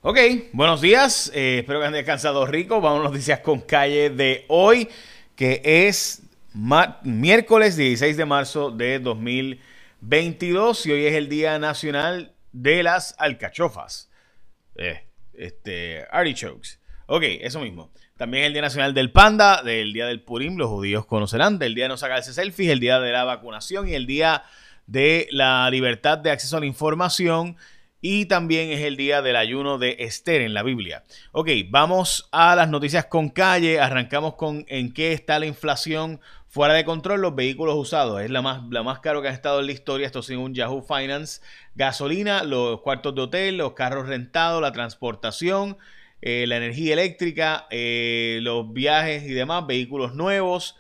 Ok, buenos días. Espero que han descansado rico. Vamos a noticias con calle de hoy, que es miércoles 16 de marzo de 2022 y hoy es el Día Nacional de las Alcachofas. Artichokes. Ok, eso mismo. También el Día Nacional del Panda, del Día del Purim, los judíos conocerán, del Día de no sacarse selfies, el Día de la Vacunación y el Día de la Libertad de Acceso a la Información. Y también es el día del ayuno de Esther en la Biblia. Ok, vamos a las noticias con calle. Arrancamos con en qué está la inflación fuera de control. Los vehículos usados es la más caro que ha estado en la historia. Esto según Yahoo Finance. Gasolina, los cuartos de hotel, los carros rentados, la transportación, la energía eléctrica, los viajes y demás, vehículos nuevos,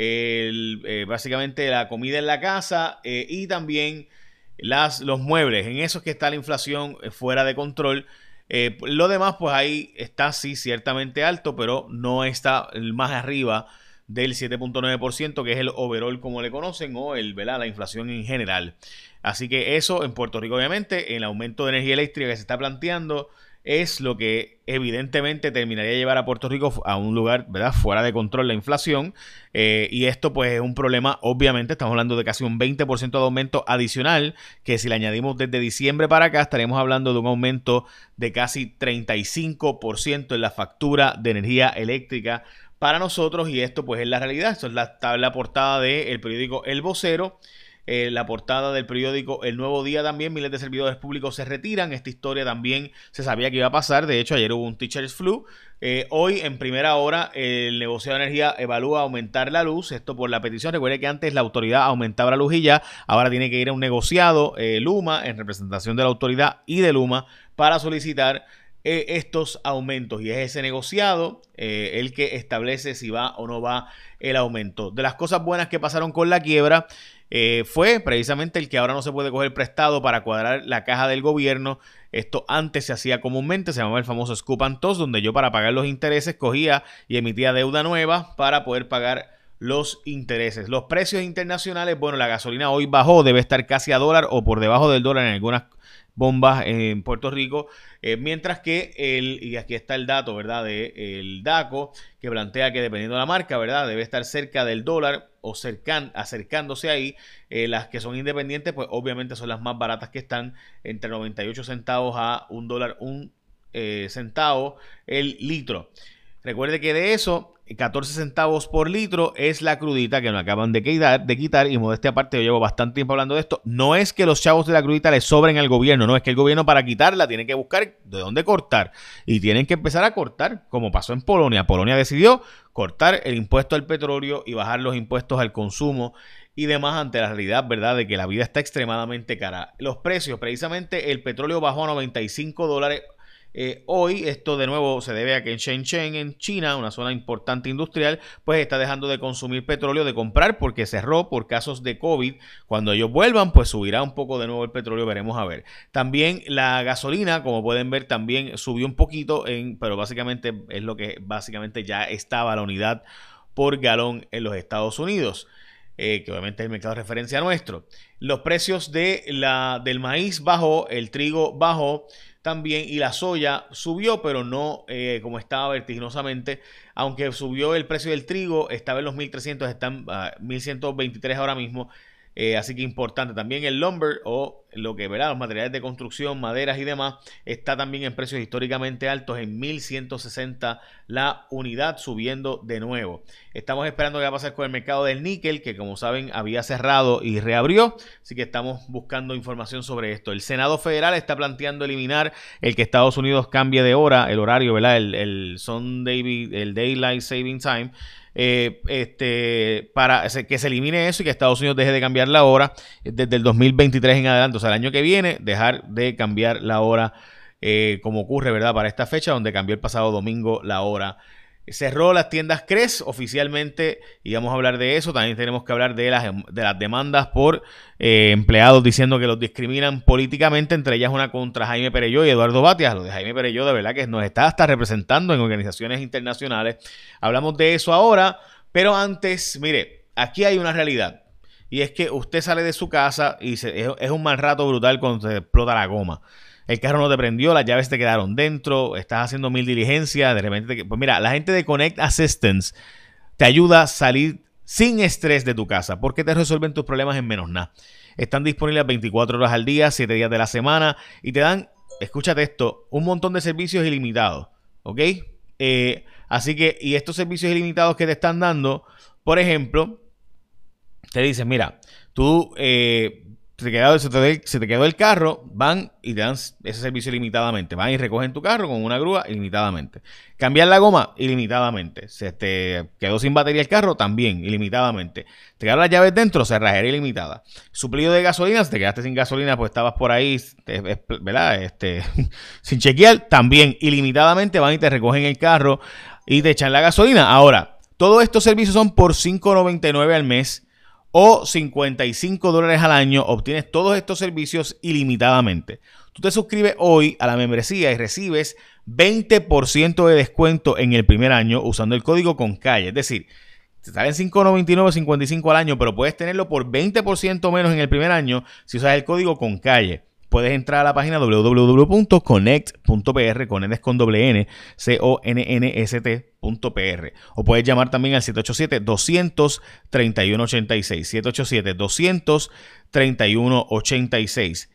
básicamente la comida en la casa y también los muebles. En eso es que está la inflación fuera de control. Lo demás, pues ahí está sí ciertamente alto, pero no está más arriba del 7.9%, que es el overall como le conocen, o la inflación en general. Así que eso en Puerto Rico, obviamente, el aumento de energía eléctrica que se está planteando es lo que evidentemente terminaría de llevar a Puerto Rico a un lugar, ¿verdad?, fuera de control la inflación. Y esto pues es un problema, obviamente, estamos hablando de casi un 20% de aumento adicional, que si le añadimos desde diciembre para acá, estaremos hablando de un aumento de casi 35% en la factura de energía eléctrica para nosotros, y esto pues es la realidad. Esto es la portada del periódico El Vocero. La portada del periódico El Nuevo Día también, miles de servidores públicos se retiran. Esta historia también se sabía que iba a pasar. De hecho, ayer hubo un Teachers Flu. Hoy, en primera hora, el negociado de energía evalúa aumentar la luz. Esto por la petición. Recuerde que antes la autoridad aumentaba la luz y ya. Ahora tiene que ir a un negociado, Luma, en representación de la autoridad y de Luma, para solicitar estos aumentos, y es ese negociado el que establece si va o no va el aumento. De las cosas buenas que pasaron con la quiebra fue precisamente el que ahora no se puede coger prestado para cuadrar la caja del gobierno. Esto antes se hacía comúnmente, se llamaba el famoso Scoop and Toss, donde yo para pagar los intereses cogía y emitía deuda nueva para poder pagar los intereses. Los precios internacionales, bueno, la gasolina hoy bajó, debe estar casi a dólar o por debajo del dólar en algunas bombas en Puerto Rico, mientras que y aquí está el dato, ¿verdad?, del DACO, que plantea que dependiendo de la marca, ¿verdad?, debe estar cerca del dólar o acercándose ahí. Las que son independientes, pues obviamente son las más baratas, que están entre 98 centavos a $1, centavo el litro. Recuerde que de eso, 14 centavos por litro es la crudita que nos acaban de quitar, y modestia aparte, yo llevo bastante tiempo hablando de esto. No es que los chavos de la crudita le sobren al gobierno, no, es que el gobierno para quitarla tiene que buscar de dónde cortar, y tienen que empezar a cortar, como pasó en Polonia. Polonia decidió cortar el impuesto al petróleo y bajar los impuestos al consumo y demás, ante la realidad, ¿verdad?, de que la vida está extremadamente cara. Los precios, precisamente el petróleo bajó a $95. Hoy, esto de nuevo se debe a que en Shenzhen, en China, una zona importante industrial, pues está dejando de consumir petróleo, de comprar, porque cerró por casos de COVID. Cuando ellos vuelvan, pues subirá un poco de nuevo el petróleo, veremos a ver. También la gasolina, como pueden ver, también subió un poquito, pero básicamente es lo que básicamente ya estaba la unidad por galón en los Estados Unidos. Que obviamente es el mercado de referencia nuestro. Los precios del maíz bajó, el trigo bajó también, y la soya subió, pero no como estaba vertiginosamente. Aunque subió el precio del trigo, estaba en los 1.300, están 1.123 ahora mismo. Así que importante. También el lumber, o lo que verá, los materiales de construcción, maderas y demás, está también en precios históricamente altos, en 1.160 la unidad, subiendo de nuevo. Estamos esperando qué va a pasar con el mercado del níquel, que como saben había cerrado y reabrió, así que estamos buscando información sobre esto. El Senado Federal está planteando eliminar el que Estados Unidos cambie de hora, el horario, ¿verdad?, el Daylight Saving Time, para que se elimine eso y que Estados Unidos deje de cambiar la hora desde el 2023 en adelante, o sea, el año que viene, dejar de cambiar la hora, como ocurre, ¿verdad?, para esta fecha, donde cambió el pasado domingo la hora. Cerró las tiendas Cres oficialmente, y vamos a hablar de eso. También tenemos que hablar de las demandas por empleados diciendo que los discriminan políticamente, entre ellas una contra Jaime Perelló y Eduardo Batias. Lo de Jaime Perelló, de verdad que nos está hasta representando en organizaciones internacionales. Hablamos de eso ahora, pero antes, mire, aquí hay una realidad, y es que usted sale de su casa y es un mal rato brutal cuando se explota la goma. el carro no te prendió, las llaves te quedaron dentro, estás haciendo mil diligencias, de repente, pues mira, la gente de Connect Assistance te ayuda a salir sin estrés de tu casa, porque te resuelven tus problemas en menos nada. Están disponibles 24 horas al día, 7 días de la semana, y te dan, escúchate esto, un montón de servicios ilimitados, ¿ok? Así que, y estos servicios ilimitados que te están dando, por ejemplo, te dicen, mira, tú se te quedó el carro, van y te dan ese servicio ilimitadamente. Van y recogen tu carro con una grúa ilimitadamente. Cambiar la goma ilimitadamente. Se te quedó sin batería el carro, también ilimitadamente. Te quedaron las llaves dentro, cerrajería ilimitada. Suplido de gasolina, si te quedaste sin gasolina, pues estabas por ahí, ¿verdad? Sin chequear, también ilimitadamente van y te recogen el carro y te echan la gasolina. Ahora, todos estos servicios son por $5.99 al mes o $55 al año. Obtienes todos estos servicios ilimitadamente. Tú te suscribes hoy a la membresía y recibes 20% de descuento en el primer año usando el código CONCALLE. Es decir, te salen $5.99, $55 al año, pero puedes tenerlo por 20% menos en el primer año si usas el código CONCALLE. Puedes entrar a la página www.connect.pr, Connect es con doble N, CONNST.pr. O puedes llamar también al 787-200-3186, 787-200-3186,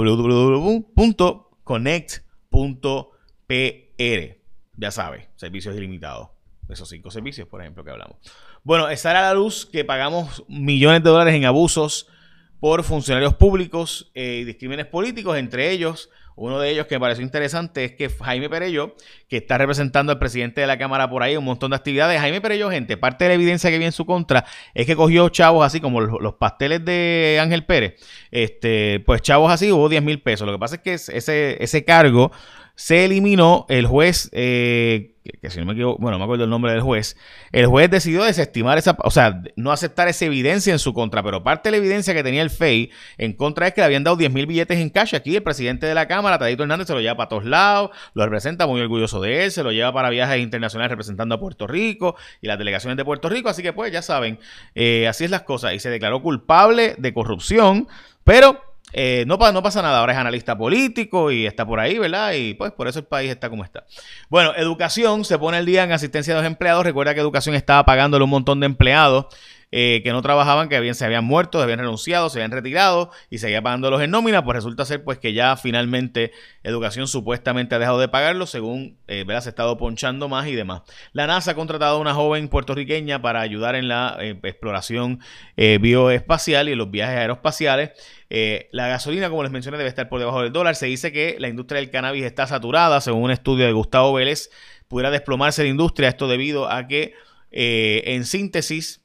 www.connect.pr. Ya sabes, servicios ilimitados. Esos 5 servicios, por ejemplo, que hablamos. Bueno, sale a la luz que pagamos millones de dólares en abusos por funcionarios públicos y discrímenes políticos, entre ellos, uno de ellos que me pareció interesante es que Jaime Perelló, que está representando al presidente de la Cámara por ahí, un montón de actividades. Jaime Perelló, gente, parte de la evidencia que viene en su contra es que cogió chavos así como los pasteles de Ángel Pérez, pues chavos así, hubo 10,000 pesos. Lo que pasa es que ese cargo se eliminó. El juez, que si no me equivoco, bueno, no me acuerdo el nombre del juez, el juez decidió desestimar no aceptar esa evidencia en su contra, pero parte de la evidencia que tenía el FEI en contra es que le habían dado 10,000 billetes en cash. Aquí el presidente de la Cámara, Tadito Hernández, se lo lleva para todos lados, lo representa, muy orgulloso de él, se lo lleva para viajes internacionales representando a Puerto Rico y las delegaciones de Puerto Rico, así que pues ya saben, así es las cosas, y se declaró culpable de corrupción, pero no pasa nada, ahora es analista político y está por ahí, ¿verdad? Y pues por eso el país está como está. Bueno, Educación se pone al día en asistencia de los empleados. Recuerda que Educación estaba pagándole un montón de empleados que no trabajaban, que se habían muerto, se habían renunciado, se habían retirado y seguía pagándolos en nómina. Pues resulta ser pues que ya finalmente Educación supuestamente ha dejado de pagarlo, según ¿verdad? Se ha estado ponchando más y demás. La NASA ha contratado a una joven puertorriqueña para ayudar en la exploración bioespacial y en los viajes aeroespaciales. La gasolina, como les mencioné, debe estar por debajo del dólar. Se dice que la industria del cannabis está saturada, según un estudio de Gustavo Vélez. Pudiera desplomarse la industria, esto debido a que en síntesis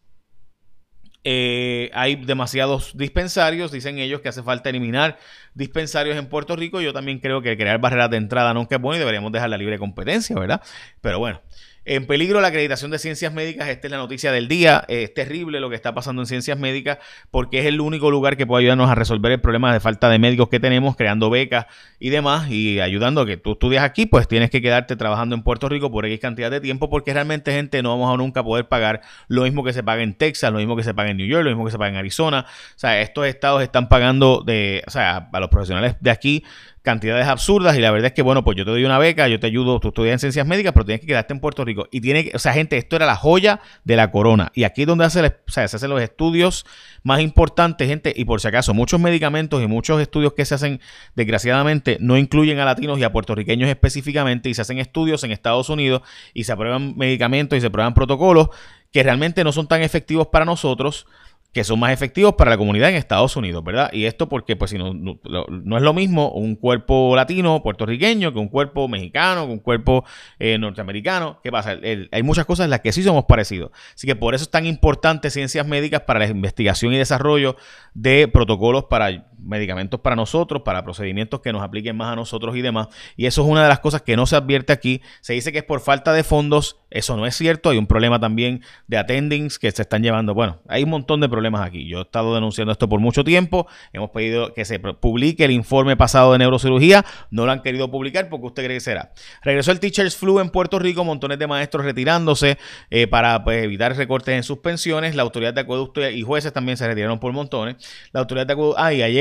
hay demasiados dispensarios. Dicen ellos que hace falta eliminar dispensarios en Puerto Rico. Yo también creo que crear barreras de entrada nunca es bueno y deberíamos dejar la libre competencia, ¿verdad? Pero bueno. En peligro la acreditación de ciencias médicas. Esta es la noticia del día. Es terrible lo que está pasando en ciencias médicas porque es el único lugar que puede ayudarnos a resolver el problema de falta de médicos que tenemos, creando becas y demás, y ayudando a que tú estudias aquí, pues tienes que quedarte trabajando en Puerto Rico por X cantidad de tiempo, porque realmente, gente, no vamos a nunca poder pagar lo mismo que se paga en Texas, lo mismo que se paga en New York, lo mismo que se paga en Arizona. O sea, estos estados están pagando a los profesionales de aquí cantidades absurdas, y la verdad es que, bueno, pues yo te doy una beca, yo te ayudo, tú estudias en ciencias médicas, pero tienes que quedarte en Puerto Rico. Y gente, esto era la joya de la corona. Y aquí es donde se hacen los estudios más importantes, gente. Y por si acaso, muchos medicamentos y muchos estudios que se hacen, desgraciadamente, no incluyen a latinos y a puertorriqueños específicamente, y se hacen estudios en Estados Unidos y se aprueban medicamentos y se aprueban protocolos que realmente no son tan efectivos para nosotros, que son más efectivos para la comunidad en Estados Unidos, ¿verdad? Y esto porque, pues, si no es lo mismo un cuerpo latino, puertorriqueño, que un cuerpo mexicano, que un cuerpo norteamericano. ¿Qué pasa? Hay muchas cosas en las que sí somos parecidos. Así que por eso es tan importante ciencias médicas para la investigación y desarrollo de protocolos para medicamentos para nosotros, para procedimientos que nos apliquen más a nosotros y demás. Y eso es una de las cosas que no se advierte aquí. Se dice que es por falta de fondos. Eso no es cierto. Hay un problema también de attendings que se están llevando. Bueno, hay un montón de problemas aquí. Yo he estado denunciando esto por mucho tiempo. Hemos pedido que se publique el informe pasado de neurocirugía. No lo han querido publicar porque usted cree que será. Regresó el Teachers Flu en Puerto Rico. Montones de maestros retirándose para pues, evitar recortes en sus pensiones. La autoridad de acueducto y jueces también se retiraron por montones. La autoridad de acueducto... y ayer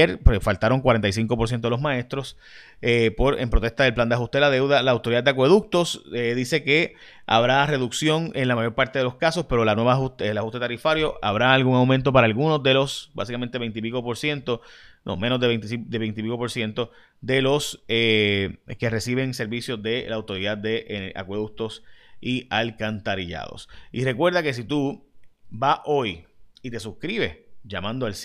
ayer pues, faltaron 45% de los maestros en protesta del plan de ajuste de la deuda. La autoridad de acueductos dice que habrá reducción en la mayor parte de los casos, pero el ajuste tarifario habrá algún aumento para algunos de los, básicamente 20 y pico por ciento, no, menos de 20 y pico por ciento de los que reciben servicios de la autoridad de acueductos y alcantarillados. Y recuerda que si tú vas hoy y te suscribes llamando al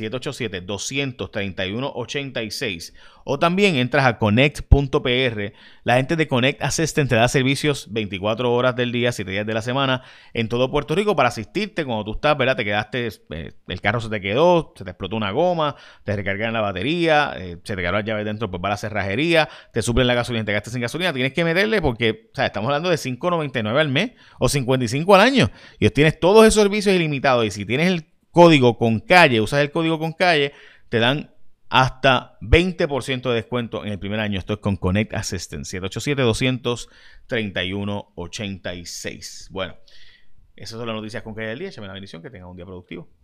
787-231-86 o también entras a connect.pr, la gente de Connect Assistant te da servicios 24 horas del día, 7 días de la semana en todo Puerto Rico para asistirte cuando tú estás, ¿verdad? Te quedaste, el carro se te quedó, se te explotó una goma, te recargan la batería, se te quedó la llave dentro, pues va a la cerrajería, te suplen la gasolina, te gastas sin gasolina, tienes que meterle porque, o sea, estamos hablando de $5.99 al mes o $55 al año y tienes todos esos servicios ilimitados y si tienes el código con calle, usas el código con calle, te dan hasta 20% de descuento en el primer año. Esto es con Connect Assistant, 787-231-86. Bueno, esas son las noticias con calle del día. Échame la bendición, que tengan un día productivo.